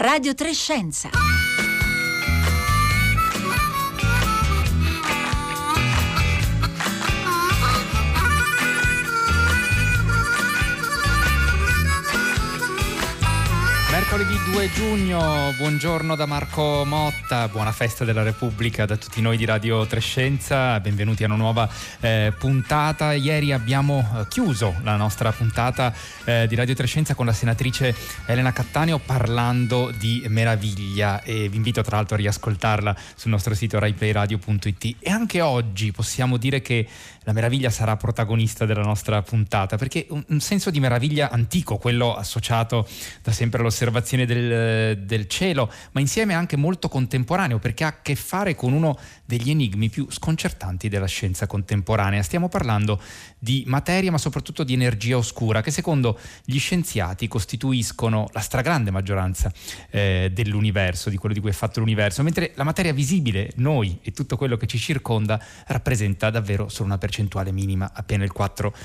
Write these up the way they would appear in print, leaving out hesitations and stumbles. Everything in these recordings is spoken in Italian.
Radio 3 Scienza. Mercoledì 2 giugno, buongiorno da Marco Motta, buona festa della Repubblica da tutti noi di Radio 3 Scienza, benvenuti a una nuova puntata. Ieri abbiamo chiuso la nostra puntata di Radio 3 Scienza con la senatrice Elena Cattaneo parlando di meraviglia, e vi invito tra l'altro a riascoltarla sul nostro sito raiplayradio.it. E anche oggi possiamo dire che la meraviglia sarà protagonista della nostra puntata, perché un senso di meraviglia antico, quello associato da sempre all'osservazione del cielo, ma insieme anche molto contemporaneo, perché ha a che fare con uno degli enigmi più sconcertanti della scienza contemporanea. Stiamo parlando di materia, ma soprattutto di energia oscura, che secondo gli scienziati costituiscono la stragrande maggioranza dell'universo, di quello di cui è fatto l'universo, mentre la materia visibile, noi e tutto quello che ci circonda, rappresenta davvero solo una percentuale minima, appena il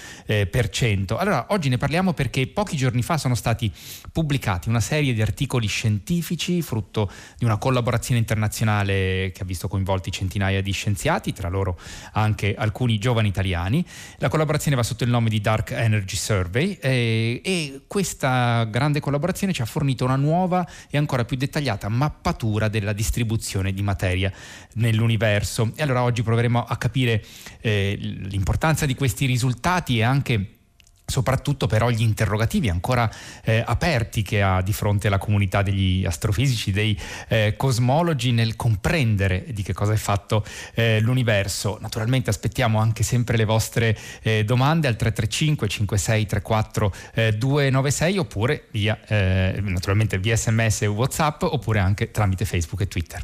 4%. Allora, oggi ne parliamo perché pochi giorni fa sono stati pubblicati una serie di articoli scientifici, frutto di una collaborazione internazionale che ha visto coinvolti centinaia di scienziati, tra loro anche alcuni giovani italiani. La collaborazione va sotto il nome di Dark Energy Survey e questa grande collaborazione ci ha fornito una nuova e ancora più dettagliata mappatura della distribuzione di materia nell'universo. E allora oggi proveremo a capire l'importanza di questi risultati e anche soprattutto però gli interrogativi ancora aperti che ha di fronte la comunità degli astrofisici, dei cosmologi, nel comprendere di che cosa è fatto l'universo. Naturalmente aspettiamo anche sempre le vostre domande al 335 5634 296 oppure via naturalmente via SMS e WhatsApp, oppure anche tramite Facebook e Twitter.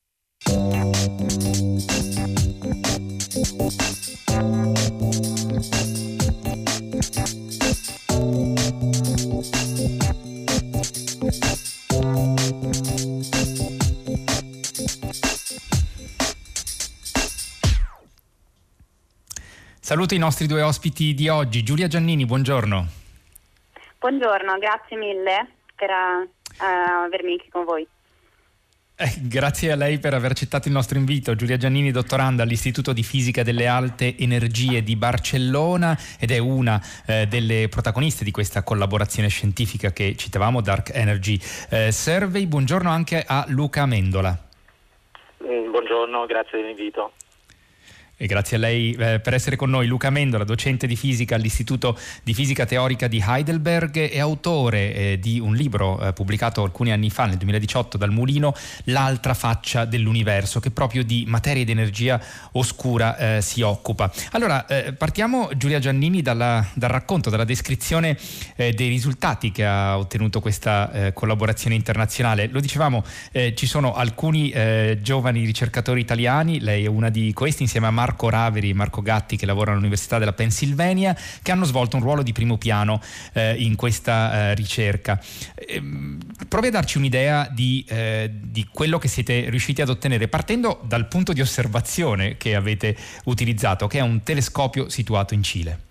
Saluto i nostri due ospiti di oggi. Giulia Giannini, buongiorno. Buongiorno, grazie mille per avermi qui con voi. Grazie a lei per aver accettato il nostro invito. Giulia Giannini, dottoranda all'Istituto di Fisica delle Alte Energie di Barcellona ed è una delle protagoniste di questa collaborazione scientifica che citavamo, Dark Energy Survey. Buongiorno anche a Luca Amendola. Buongiorno, grazie dell'invito. E grazie a lei per essere con noi. Luca Amendola, docente di fisica all'Istituto di Fisica Teorica di Heidelberg e autore di un libro pubblicato alcuni anni fa, nel 2018, dal Mulino, L'altra faccia dell'universo, che proprio di materia ed energia oscura si occupa. Allora, partiamo, Giulia Giannini, dal racconto, dalla descrizione dei risultati che ha ottenuto questa collaborazione internazionale. Lo dicevamo, ci sono alcuni giovani ricercatori italiani, lei è una di questi, insieme a Marco Raveri e Marco Gatti, che lavorano all'Università della Pennsylvania, che hanno svolto un ruolo di primo piano in questa ricerca. Provi a darci un'idea di quello che siete riusciti ad ottenere, partendo dal punto di osservazione che avete utilizzato, che è un telescopio situato in Cile.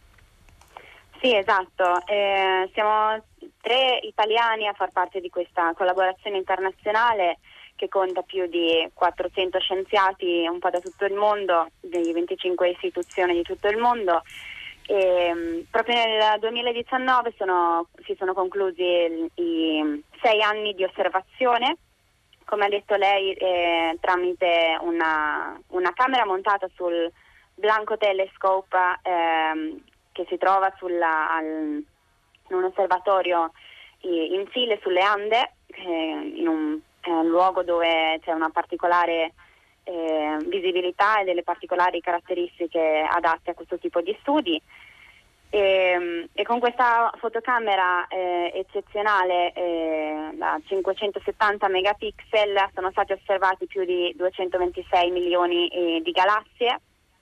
Sì, esatto. Siamo 3 italiani a far parte di questa collaborazione internazionale che conta più di 400 scienziati un po' da tutto il mondo, di 25 istituzioni di tutto il mondo. E proprio nel 2019 si sono conclusi i 6 anni di osservazione, come ha detto lei, tramite una camera montata sul Blanco Telescope che si trova in un osservatorio in Cile, sulle Ande, in un luogo dove c'è una particolare visibilità e delle particolari caratteristiche adatte a questo tipo di studi. E con questa fotocamera eccezionale da 570 megapixel sono stati osservati più di 226 milioni di galassie,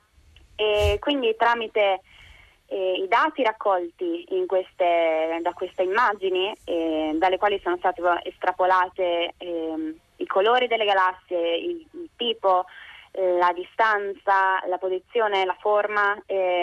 e quindi tramite i dati raccolti da queste immagini, dalle quali sono state estrapolate i colori delle galassie, il tipo, la distanza, la posizione, la forma,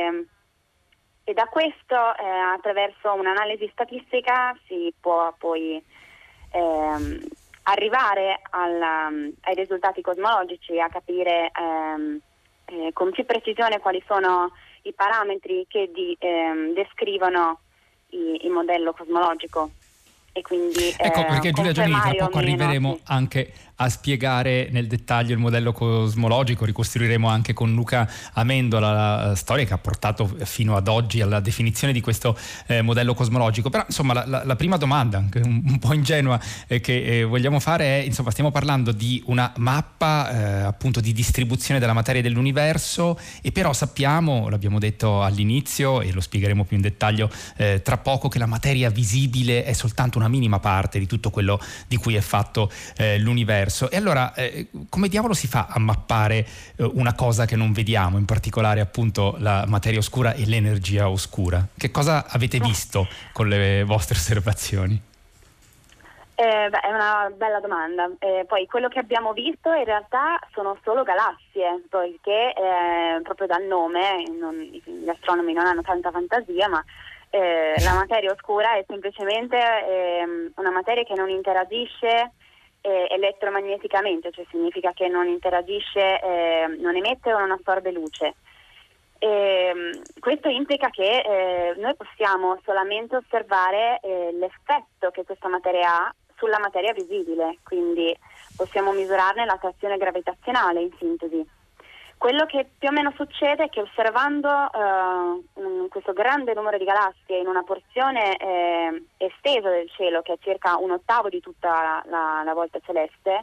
e da questo attraverso un'analisi statistica si può poi arrivare ai risultati cosmologici, a capire con più precisione quali sono i parametri che descrivono il modello cosmologico. E quindi, ecco perché Giulia Giannini, tra poco arriveremo anche a spiegare nel dettaglio il modello cosmologico, ricostruiremo anche con Luca Amendola la storia che ha portato fino ad oggi alla definizione di questo modello cosmologico. Però insomma la prima domanda, anche un po' ingenua, che vogliamo fare è, insomma, stiamo parlando di una mappa appunto di distribuzione della materia dell'universo, e però sappiamo, l'abbiamo detto all'inizio e lo spiegheremo più in dettaglio tra poco, che la materia visibile è soltanto una minima parte di tutto quello di cui è fatto l'universo. E allora come diavolo si fa a mappare una cosa che non vediamo, in particolare appunto la materia oscura e l'energia oscura? Che cosa avete visto con le vostre osservazioni? È una bella domanda. Poi quello che abbiamo visto in realtà sono solo galassie, poiché proprio dal nome gli astronomi non hanno tanta fantasia, ma la materia oscura è semplicemente una materia che non interagisce elettromagneticamente, cioè significa che non interagisce, non emette o non assorbe luce. Questo implica che noi possiamo solamente osservare l'effetto che questa materia ha sulla materia visibile, quindi possiamo misurarne l'attrazione gravitazionale, in sintesi. Quello che più o meno succede è che osservando questo grande numero di galassie in una porzione estesa del cielo, che è circa 1/8 di tutta la volta celeste,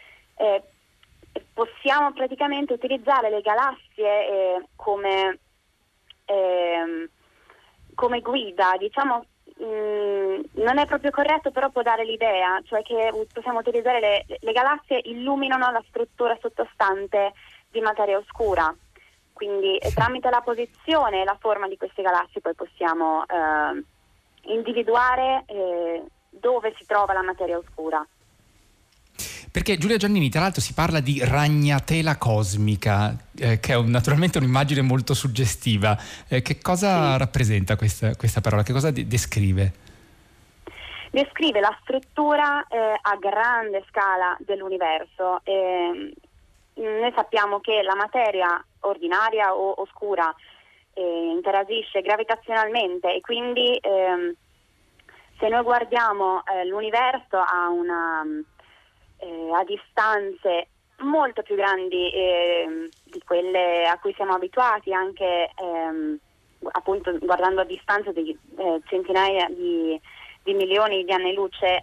possiamo praticamente utilizzare le galassie come guida, diciamo. Non è proprio corretto, però può dare l'idea, cioè che possiamo utilizzare le galassie illuminano la struttura sottostante di materia oscura, quindi tramite la posizione e la forma di queste galassie poi possiamo individuare dove si trova la materia oscura. Perché Giulia Giannini, tra l'altro, si parla di ragnatela cosmica, che è naturalmente un'immagine molto suggestiva. Che cosa rappresenta questa parola? Che cosa descrive? Descrive la struttura a grande scala dell'universo. Noi sappiamo che la materia ordinaria o oscura interagisce gravitazionalmente, e quindi se noi guardiamo l'universo a distanze molto più grandi di quelle a cui siamo abituati, anche appunto guardando a distanze di centinaia di milioni di anni luce,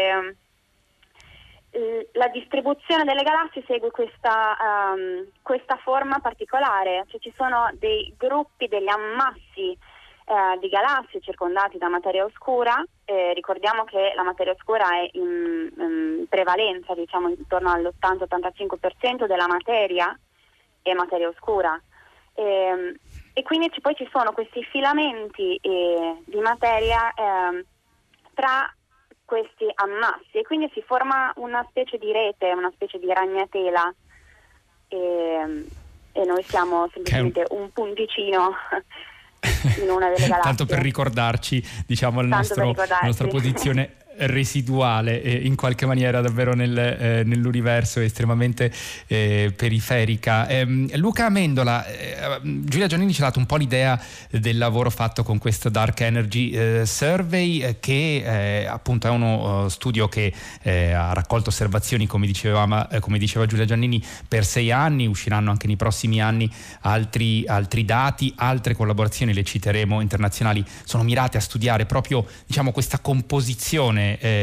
la distribuzione delle galassie segue questa forma particolare, cioè ci sono dei gruppi, degli ammassi di galassie circondati da materia oscura. Ricordiamo che la materia oscura è in prevalenza, diciamo intorno all'80-85% della materia è materia oscura, e quindi poi ci sono questi filamenti di materia tra questi ammassi, e quindi si forma una specie di rete, una specie di ragnatela, e noi siamo semplicemente un punticino in una delle galassie. Tanto per ricordarci, diciamo, la nostra posizione residuale in qualche maniera davvero nell'universo, estremamente periferica. Luca Amendola, Giulia Giannini ci ha dato un po' l'idea del lavoro fatto con questo Dark Energy Survey, che appunto è uno studio che ha raccolto osservazioni, come diceva Giulia Giannini, per 6 anni. Usciranno anche nei prossimi anni altri dati, altre collaborazioni, le citeremo, internazionali, sono mirate a studiare proprio, diciamo, questa composizione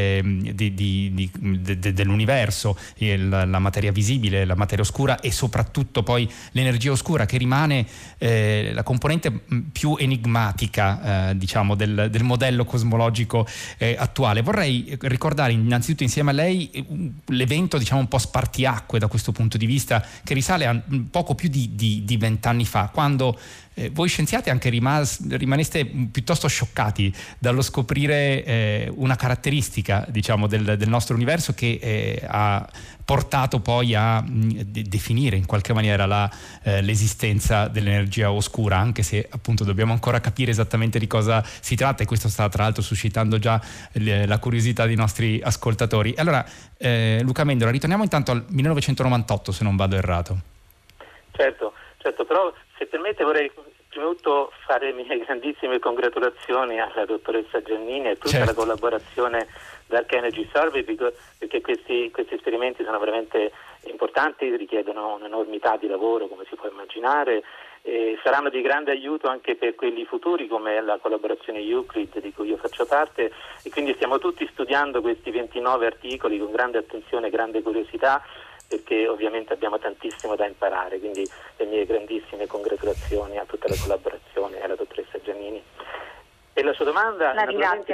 dell'universo, la materia visibile, la materia oscura e soprattutto poi l'energia oscura, che rimane la componente più enigmatica diciamo del modello cosmologico attuale. Vorrei ricordare innanzitutto insieme a lei l'evento, diciamo, un po' spartiacque da questo punto di vista, che risale a poco più di 20 anni fa, quando voi scienziati anche rimaneste piuttosto scioccati dallo scoprire una caratteristica, diciamo, del nostro universo che ha portato poi a definire in qualche maniera l'esistenza dell'energia oscura, anche se appunto dobbiamo ancora capire esattamente di cosa si tratta, e questo sta tra l'altro suscitando già la curiosità dei nostri ascoltatori. Allora, Luca Amendola, ritorniamo intanto al 1998, se non vado errato. Certo, però se permette vorrei prima di tutto fare le mie grandissime congratulazioni alla dottoressa Giannini e tutta la collaborazione Dark Energy Survey, perché questi esperimenti sono veramente importanti, richiedono un'enormità di lavoro, come si può immaginare, e saranno di grande aiuto anche per quelli futuri, come la collaborazione Euclid di cui io faccio parte, e quindi stiamo tutti studiando questi 29 articoli con grande attenzione e grande curiosità, perché ovviamente abbiamo tantissimo da imparare, quindi le mie grandissime congratulazioni a tutta la collaborazione e alla dottoressa Giannini. E la sua domanda, la ringrazio.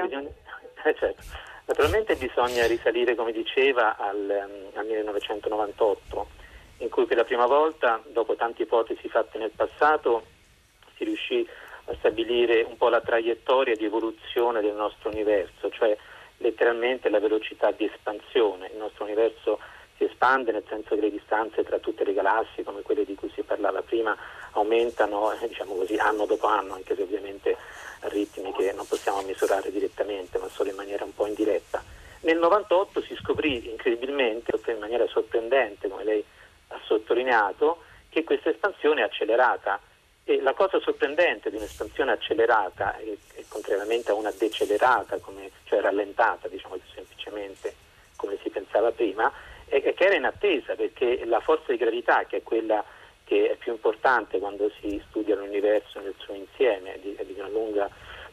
Naturalmente bisogna risalire, come diceva, al 1998, in cui per la prima volta, dopo tante ipotesi fatte nel passato, si riuscì a stabilire un po' la traiettoria di evoluzione del nostro universo, cioè letteralmente la velocità di espansione. Il nostro universo si espande, nel senso che le distanze tra tutte le galassie, come quelle di cui si parlava prima, aumentano, diciamo così, anno dopo anno, anche se ovviamente a ritmi che non possiamo misurare direttamente, ma solo in maniera un po' indiretta. Nel 98 si scoprì incredibilmente, in maniera sorprendente, come lei ha sottolineato, che questa espansione è accelerata. E la cosa sorprendente di un'espansione accelerata, e contrariamente a una decelerata, cioè rallentata, diciamo semplicemente come si pensava prima, è che era in attesa, perché la forza di gravità, che è quella che è più importante quando si studia l'universo nel suo insieme, di gran lunga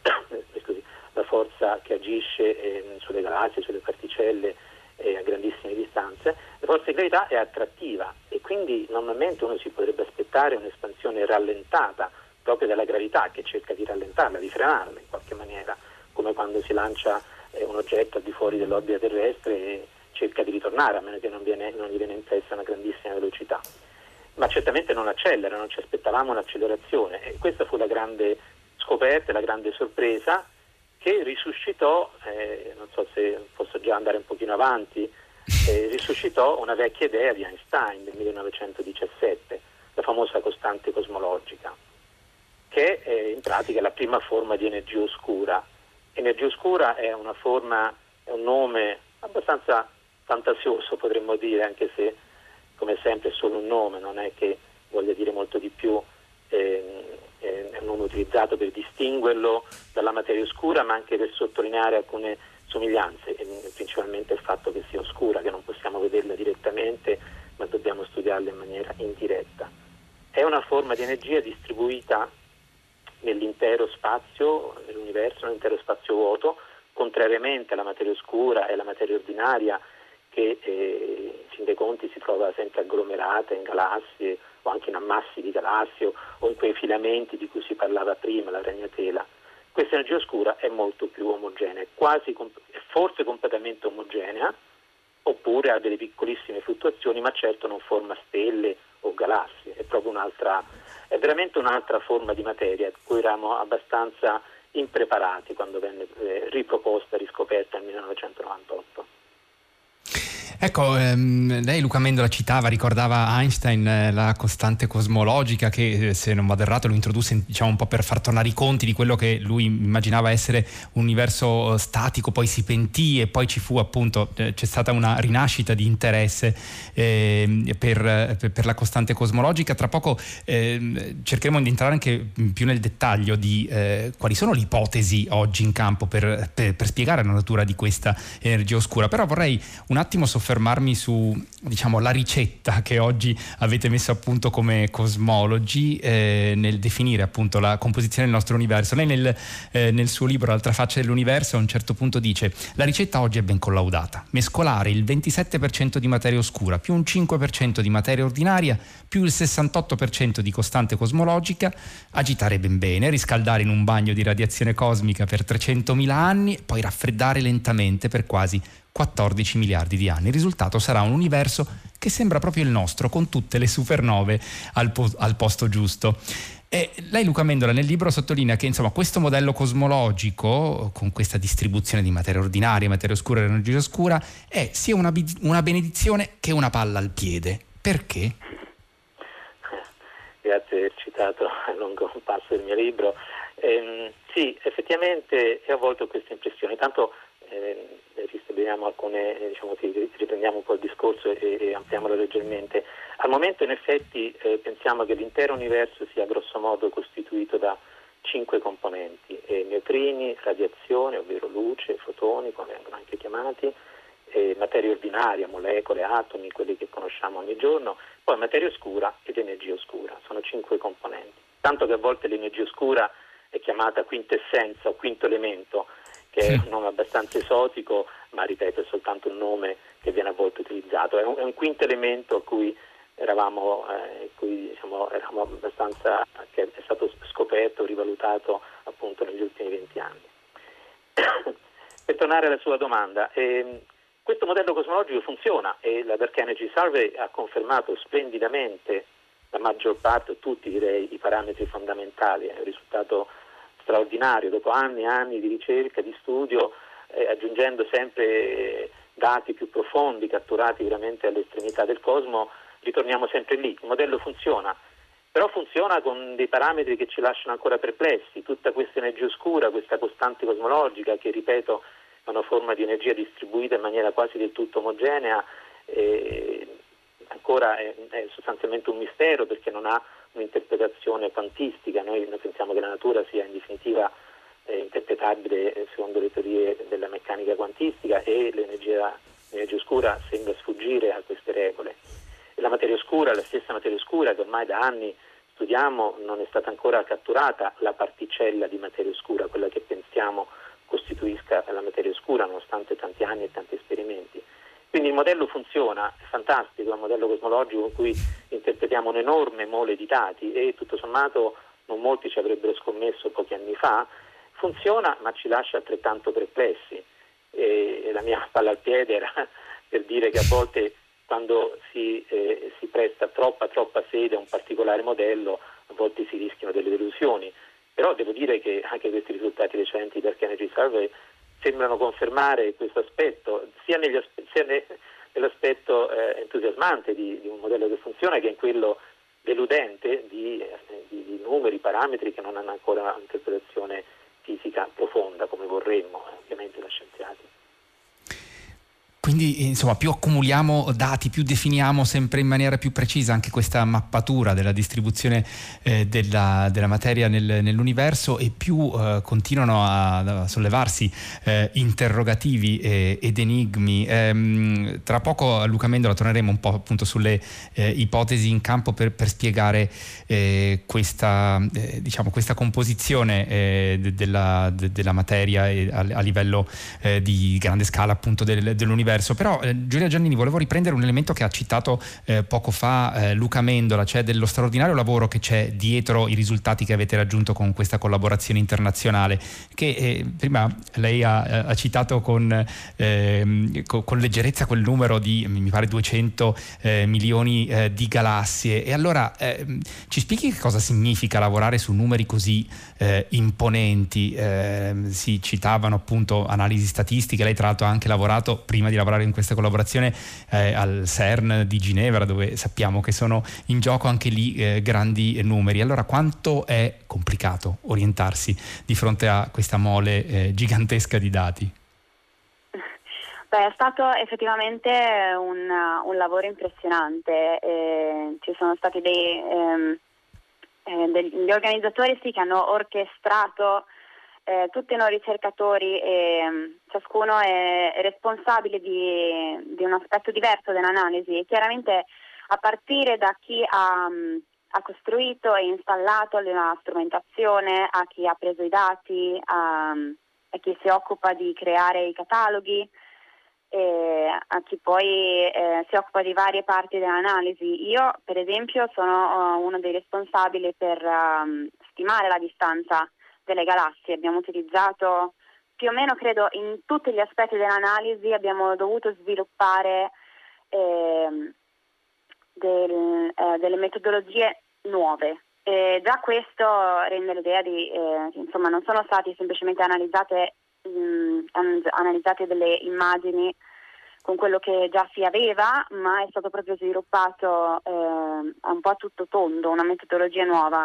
la forza che agisce sulle galassie, sulle particelle a grandissime distanze, la forza di gravità è attrattiva, e quindi normalmente uno si potrebbe aspettare un'espansione rallentata proprio dalla gravità, che cerca di rallentarla, di frenarla in qualche maniera, come quando si lancia un oggetto al di fuori dell'orbita terrestre e cerca di ritornare, a meno che non gli viene impressa una grandissima velocità. Ma certamente non accelera, non ci aspettavamo un'accelerazione, e questa fu la grande scoperta, la grande sorpresa, che risuscitò, non so se posso già andare un pochino avanti, risuscitò una vecchia idea di Einstein del 1917, la famosa costante cosmologica, che è in pratica la prima forma di energia oscura. Energia oscura è un nome abbastanza fantasioso, potremmo dire, anche se come sempre è solo un nome, non è che voglia dire molto di più, è un nome utilizzato per distinguerlo dalla materia oscura, ma anche per sottolineare alcune somiglianze, principalmente il fatto che sia oscura, che non possiamo vederla direttamente, ma dobbiamo studiarla in maniera indiretta. È una forma di energia distribuita nell'intero spazio, nell'universo, nell'intero spazio vuoto, contrariamente alla materia oscura e alla materia ordinaria, che in fin dei conti si trova sempre agglomerata in galassie o anche in ammassi di galassie o in quei filamenti di cui si parlava prima, la ragnatela. Questa energia oscura è molto più omogenea, forse completamente omogenea, oppure ha delle piccolissime fluttuazioni, ma certo non forma stelle o galassie, è veramente un'altra forma di materia a cui eravamo abbastanza impreparati quando venne riproposta, riscoperta nel 1998. Ecco, lei Luca Amendola ricordava Einstein, la costante cosmologica, che se non vado errato lo introdusse, diciamo, un po' per far tornare i conti di quello che lui immaginava essere un universo statico, poi si pentì e poi ci fu appunto, c'è stata una rinascita di interesse per la costante cosmologica. Tra poco cercheremo di entrare anche più nel dettaglio di quali sono le ipotesi oggi in campo per spiegare la natura di questa energia oscura, però vorrei un attimo soffermarmi su, diciamo, la ricetta che oggi avete messo a punto come cosmologi nel definire appunto la composizione del nostro universo. Lei nel suo libro L'altra faccia dell'universo a un certo punto dice: la ricetta oggi è ben collaudata, mescolare il 27% di materia oscura più un 5% di materia ordinaria più il 68% di costante cosmologica, agitare ben bene, riscaldare in un bagno di radiazione cosmica per 300.000 anni e poi raffreddare lentamente per quasi 14 miliardi di anni. Il risultato sarà un universo che sembra proprio il nostro, con tutte le supernove al posto giusto. E lei, Luca Amendola, nel libro sottolinea che insomma questo modello cosmologico, con questa distribuzione di materia ordinaria, materia oscura e energia oscura, è sia una benedizione che una palla al piede. Perché? Grazie di aver citato a lungo un passo del mio libro. Sì, effettivamente a volte ho questa impressione, tanto ristabiliamo alcune, riprendiamo un po' il discorso e ampliamolo leggermente. Al momento in effetti pensiamo che l'intero universo sia grosso modo costituito da 5 componenti, neutrini, radiazione, ovvero luce, fotoni, come vengono anche chiamati, materia ordinaria, molecole, atomi, quelli che conosciamo ogni giorno, poi materia oscura ed energia oscura, sono 5 componenti. Tanto che a volte l'energia oscura è chiamata quintessenza o quinto elemento, che è un nome abbastanza esotico, ma ripeto è soltanto un nome che viene a volte utilizzato. È un quinto elemento a cui eravamo abbastanza, che è stato scoperto, rivalutato appunto negli ultimi 20 anni. Per tornare alla sua domanda, questo modello cosmologico funziona e la Dark Energy Survey ha confermato splendidamente la maggior parte, tutti direi, i parametri fondamentali. È un risultato straordinario dopo anni e anni di ricerca, di studio, aggiungendo sempre dati più profondi catturati veramente all'estremità del cosmo, ritorniamo sempre lì. Il modello funziona, però funziona con dei parametri che ci lasciano ancora perplessi. Tutta questa energia oscura, questa costante cosmologica che, ripeto, è una forma di energia distribuita in maniera quasi del tutto omogenea, ancora è sostanzialmente un mistero perché non ha un'interpretazione quantistica. Noi pensiamo che la natura sia in definitiva interpretabile secondo le teorie della meccanica quantistica e l'energia oscura sembra sfuggire a queste regole. E la materia oscura, la stessa materia oscura che ormai da anni studiamo, non è stata ancora catturata la particella di materia oscura, quella che pensiamo costituisca la materia oscura, nonostante tanti anni e tanti esperimenti. Quindi il modello funziona, è fantastico, è un modello cosmologico in cui interpretiamo un'enorme mole di dati e tutto sommato non molti ci avrebbero scommesso pochi anni fa. Funziona, ma ci lascia altrettanto perplessi. E la mia palla al piede era per dire che a volte quando si presta troppa fede a un particolare modello, a volte si rischiano delle delusioni. Però devo dire che anche questi risultati recenti del Dark Energy Survey sembrano confermare questo aspetto, sia nell'aspetto entusiasmante di un modello che funziona che in quello deludente di numeri, parametri che non hanno ancora un'interpretazione fisica profonda come vorremmo, ovviamente da scienziati. Quindi insomma più accumuliamo dati, più definiamo sempre in maniera più precisa anche questa mappatura della distribuzione della materia nell'universo e più continuano a sollevarsi interrogativi ed enigmi. Tra poco, Luca Amendola, torneremo un po' appunto sulle ipotesi in campo per spiegare questa composizione della materia a livello di grande scala appunto dell'universo. Però Giulia Giannini, volevo riprendere un elemento che ha citato poco fa Luca Amendola, cioè dello straordinario lavoro che c'è dietro i risultati che avete raggiunto con questa collaborazione internazionale, che prima lei ha citato con leggerezza quel numero di, mi pare, 200 milioni di galassie. E allora ci spieghi che cosa significa lavorare su numeri così imponenti? Si citavano appunto analisi statistiche, lei tra l'altro ha anche lavorato prima di lavorare in questa collaborazione al CERN di Ginevra, dove sappiamo che sono in gioco anche lì grandi numeri. Allora quanto è complicato orientarsi di fronte a questa mole gigantesca di dati? Beh, è stato effettivamente un lavoro impressionante. Ci sono stati degli organizzatori che hanno orchestrato tutti noi ricercatori e ciascuno è responsabile di un aspetto diverso dell'analisi, e chiaramente a partire da chi ha costruito e installato la strumentazione, a chi ha preso i dati, a chi si occupa di creare i cataloghi, e a chi poi si occupa di varie parti dell'analisi. Io per esempio sono uno dei responsabili per stimare la distanza delle galassie. Abbiamo utilizzato più o meno, credo, in tutti gli aspetti dell'analisi abbiamo dovuto sviluppare delle metodologie nuove, Già questo rende l'idea che insomma non sono stati semplicemente analizzate delle immagini con quello che già si aveva, ma è stato proprio sviluppato un po' a tutto tondo, una metodologia nuova.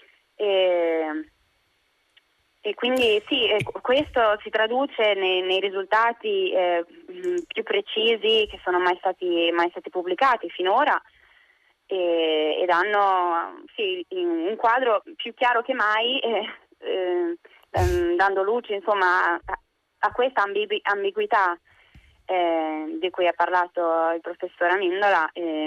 E quindi sì, questo si traduce nei risultati più precisi che sono mai stati pubblicati finora, e danno un quadro più chiaro che mai, dando luce insomma a questa ambiguità di cui ha parlato il professor Amendola,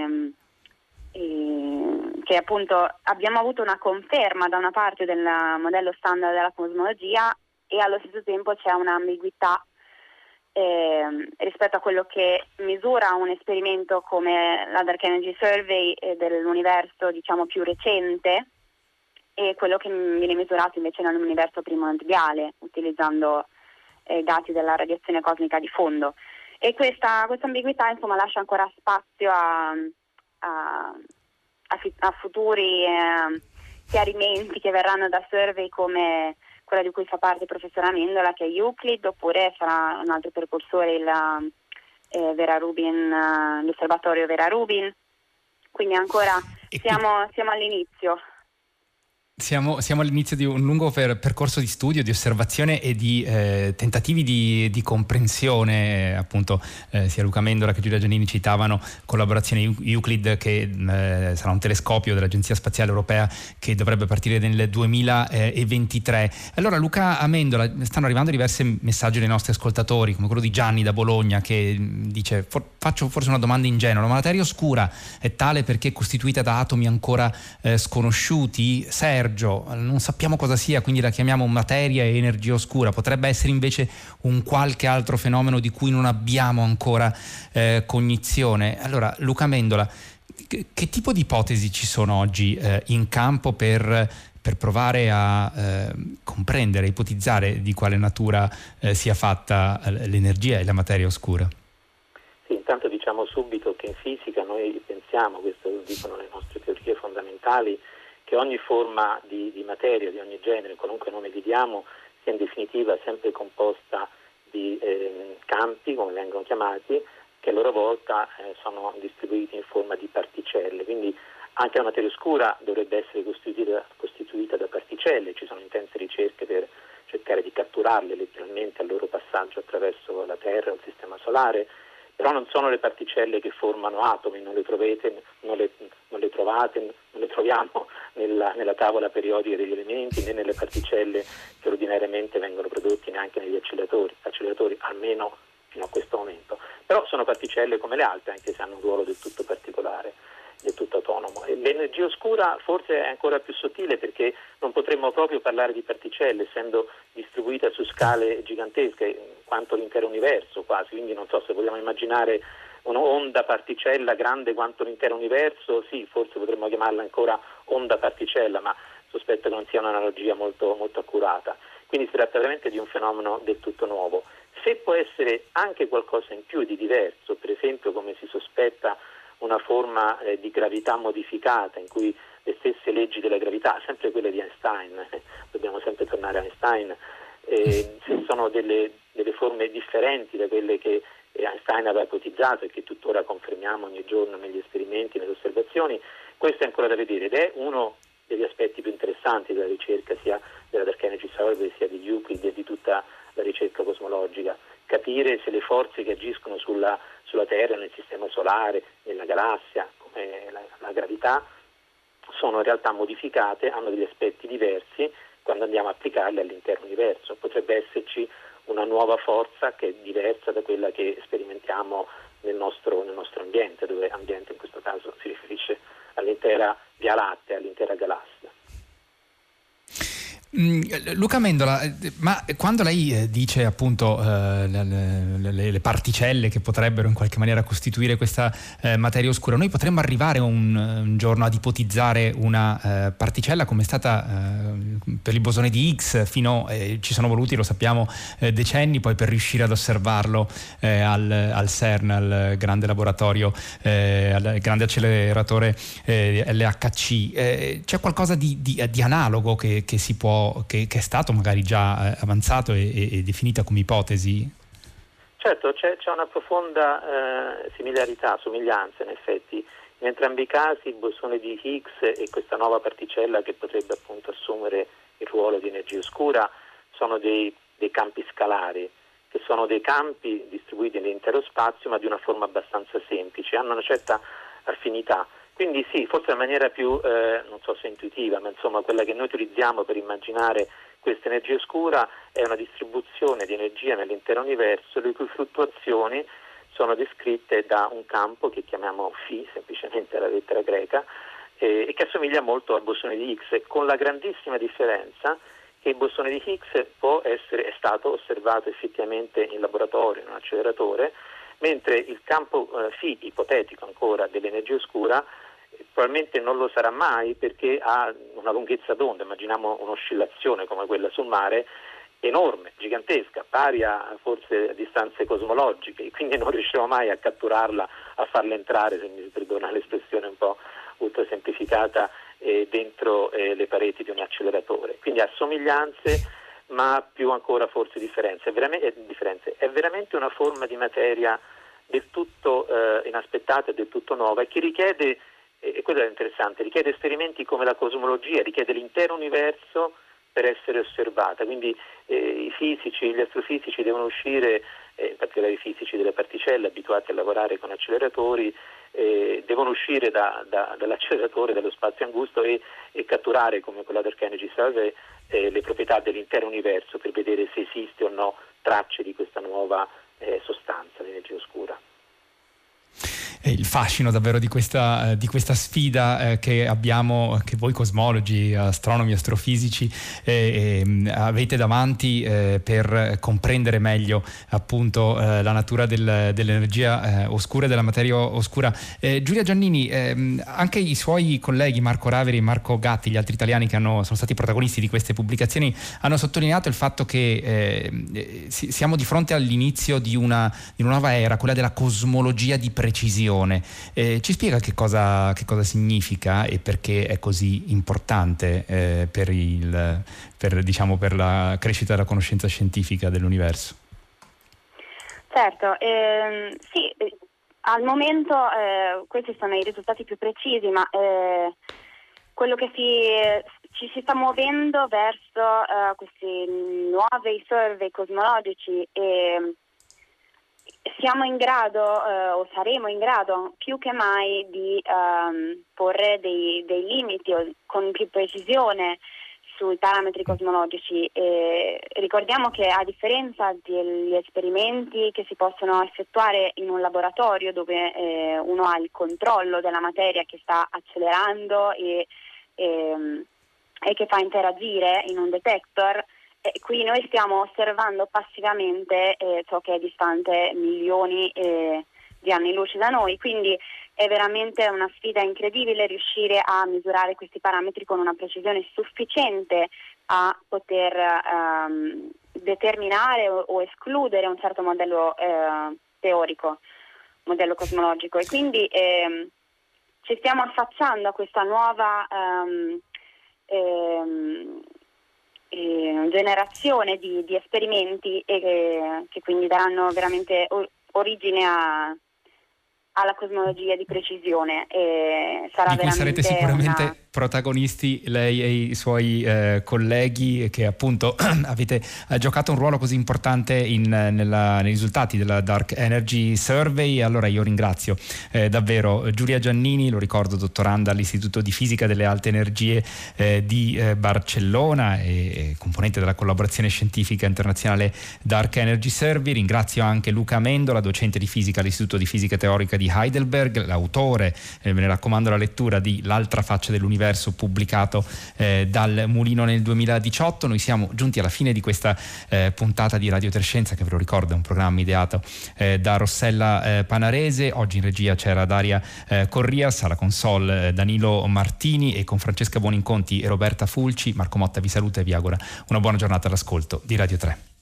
che appunto abbiamo avuto una conferma da una parte del modello standard della cosmologia, e allo stesso tempo c'è un'ambiguità rispetto a quello che misura un esperimento come la Dark Energy Survey dell'universo diciamo più recente, e quello che viene misurato invece nell'universo primordiale utilizzando i dati della radiazione cosmica di fondo. E questa ambiguità insomma lascia ancora spazio a futuri chiarimenti che verranno da survey come quella di cui fa parte il professor Amendola, che è Euclid, oppure sarà un altro precursore Vera Rubin, l'osservatorio Vera Rubin. Quindi ancora siamo all'inizio. Siamo all'inizio di un lungo percorso di studio, di osservazione e di tentativi di comprensione, appunto sia Luca Amendola che Giulia Giannini citavano collaborazione Euclid, che sarà un telescopio dell'Agenzia Spaziale Europea che dovrebbe partire nel 2023. Allora Luca Amendola, stanno arrivando diversi messaggi dai nostri ascoltatori, come quello di Gianni da Bologna, che dice faccio forse una domanda ingenua: la materia oscura è tale perché è costituita da atomi ancora sconosciuti? Non sappiamo cosa sia, quindi la chiamiamo materia e energia oscura. Potrebbe essere invece un qualche altro fenomeno di cui non abbiamo ancora cognizione. Allora, Luca Amendola, che tipo di ipotesi ci sono oggi in campo per provare a comprendere, ipotizzare di quale natura sia fatta l'energia e la materia oscura? Sì, intanto diciamo subito che in fisica noi pensiamo, questo lo dicono le nostre teorie fondamentali, che ogni forma di materia, di ogni genere, qualunque nome gli diamo, sia in definitiva sempre composta di campi, come vengono chiamati, che a loro volta sono distribuiti in forma di particelle. Quindi anche la materia oscura dovrebbe essere costituita da particelle. Ci sono intense ricerche per cercare di catturarle letteralmente al loro passaggio attraverso la Terra o il Sistema Solare, però non sono le particelle che formano atomi, non le troviamo nella tavola periodica degli elementi, né nelle particelle che ordinariamente vengono prodotti, neanche negli acceleratori, almeno fino a questo momento. Però sono particelle come le altre, anche se hanno un ruolo del tutto particolare, del tutto autonomo. E l'energia oscura forse è ancora più sottile, perché non potremmo proprio parlare di particelle, essendo distribuita su scale gigantesche quanto l'intero universo quasi. Quindi non so se vogliamo immaginare un'onda particella grande quanto l'intero universo, sì, forse potremmo chiamarla ancora onda particella, ma sospetto che non sia un'analogia molto, molto accurata. Quindi si tratta veramente di un fenomeno del tutto nuovo. Se può essere anche qualcosa in più di diverso, per esempio come si sospetta una forma di gravità modificata, in cui le stesse leggi della gravità, sempre quelle di Einstein, dobbiamo sempre tornare a Einstein, se sono delle forme differenti da quelle che Einstein aveva ipotizzato e che tuttora confermiamo ogni giorno negli esperimenti, nelle osservazioni, questo è ancora da vedere ed è uno degli aspetti più interessanti della ricerca sia della Dark Energy Survey sia di Euclid e di tutta la ricerca cosmologica, capire se le forze che agiscono sulla Terra, nel Sistema Solare, nella galassia, come la gravità, sono in realtà modificate, hanno degli aspetti diversi quando andiamo a applicarli all'intero universo. Potrebbe esserci una nuova forza che è diversa da quella che sperimentiamo nel nostro ambiente, dove ambiente in questo caso si riferisce all'intera Via Lattea, all'intera galassia. Luca Amendola, ma quando lei dice appunto le particelle che potrebbero in qualche maniera costituire questa materia oscura, noi potremmo arrivare un giorno ad ipotizzare una particella come è stata per il bosone di Higgs, ci sono voluti, lo sappiamo, decenni poi per riuscire ad osservarlo al CERN, al grande laboratorio, al grande acceleratore LHC. C'è qualcosa di analogo che si può, che è stato magari già avanzato e definita come ipotesi? Certo, c'è una profonda somiglianza in effetti. In entrambi i casi il bosone di Higgs e questa nuova particella che potrebbe appunto assumere il ruolo di energia oscura sono dei campi scalari, che sono dei campi distribuiti nell'intero spazio ma di una forma abbastanza semplice, hanno una certa affinità. Quindi sì, forse la maniera più, non so se intuitiva, ma insomma quella che noi utilizziamo per immaginare questa energia oscura è una distribuzione di energia nell'intero universo, le cui fluttuazioni sono descritte da un campo che chiamiamo Φ, semplicemente la lettera greca, e che assomiglia molto al bosone di Higgs, con la grandissima differenza che il bosone di Higgs è stato osservato effettivamente in laboratorio, in un acceleratore, mentre il campo Φ ipotetico ancora dell'energia oscura probabilmente non lo sarà mai, perché ha una lunghezza d'onda, immaginiamo un'oscillazione come quella sul mare, enorme, gigantesca, pari a forse a distanze cosmologiche, quindi non riusciremo mai a catturarla, a farla entrare, se mi perdona l'espressione un po' ultra semplificata, dentro le pareti di un acceleratore. Quindi assomiglianze, ma più ancora forse differenze. È veramente una forma di materia del tutto inaspettata e del tutto nuova, e che richiede, e quello è interessante, richiede esperimenti come la cosmologia, richiede l'intero universo per essere osservata. Quindi i fisici, gli astrofisici devono uscire, in particolare i fisici delle particelle abituati a lavorare con acceleratori, devono uscire dall'acceleratore, dallo spazio angusto e catturare, come con la Dark Energy Survey, le proprietà dell'intero universo per vedere se esiste o no tracce di questa nuova sostanza, l'energia oscura. Il fascino davvero di questa sfida che abbiamo, che voi cosmologi, astronomi, astrofisici avete davanti per comprendere meglio appunto la natura dell'energia oscura e della materia oscura. Giulia Giannini, anche i suoi colleghi Marco Raveri e Marco Gatti, gli altri italiani che sono stati protagonisti di queste pubblicazioni, hanno sottolineato il fatto che siamo di fronte all'inizio di una nuova era, quella della cosmologia di precisione. Ci spiega che cosa significa e perché è così importante per la crescita della conoscenza scientifica dell'universo? Certo, sì, al momento questi sono i risultati più precisi, ma quello che ci si sta muovendo verso questi nuovi survey cosmologici, e siamo in grado o saremo in grado più che mai di porre dei limiti con più precisione sui parametri cosmologici. Ricordiamo che, a differenza degli esperimenti che si possono effettuare in un laboratorio dove uno ha il controllo della materia che sta accelerando e che fa interagire in un detector, qui noi stiamo osservando passivamente ciò che è distante milioni di anni luce da noi, quindi è veramente una sfida incredibile riuscire a misurare questi parametri con una precisione sufficiente a poter determinare o escludere un certo modello teorico, modello cosmologico, e quindi ci stiamo affacciando a questa nuova generazione di esperimenti che quindi daranno veramente origine alla cosmologia di precisione, e sarà di cui sarete sicuramente protagonisti, lei e i suoi colleghi, che appunto avete giocato un ruolo così importante nei risultati della Dark Energy Survey. Allora io ringrazio davvero Giulia Giannini, lo ricordo, dottoranda all'Istituto di Fisica delle Alte Energie di Barcellona e componente della collaborazione scientifica internazionale Dark Energy Survey. Ringrazio anche Luca Amendola, docente di fisica all'Istituto di Fisica Teorica di di Heidelberg, l'autore, ve ne raccomando la lettura, di L'altra faccia dell'universo, pubblicato dal Mulino nel 2018. Noi siamo giunti alla fine di questa puntata di Radio Trescenza, che ve lo ricordo è un programma ideato da Rossella Panarese. Oggi in regia c'era Daria Corrias, alla console Danilo Martini, e con Francesca Buoninconti e Roberta Fulci Marco Motta vi saluta e vi augura una buona giornata all'ascolto di Radio 3.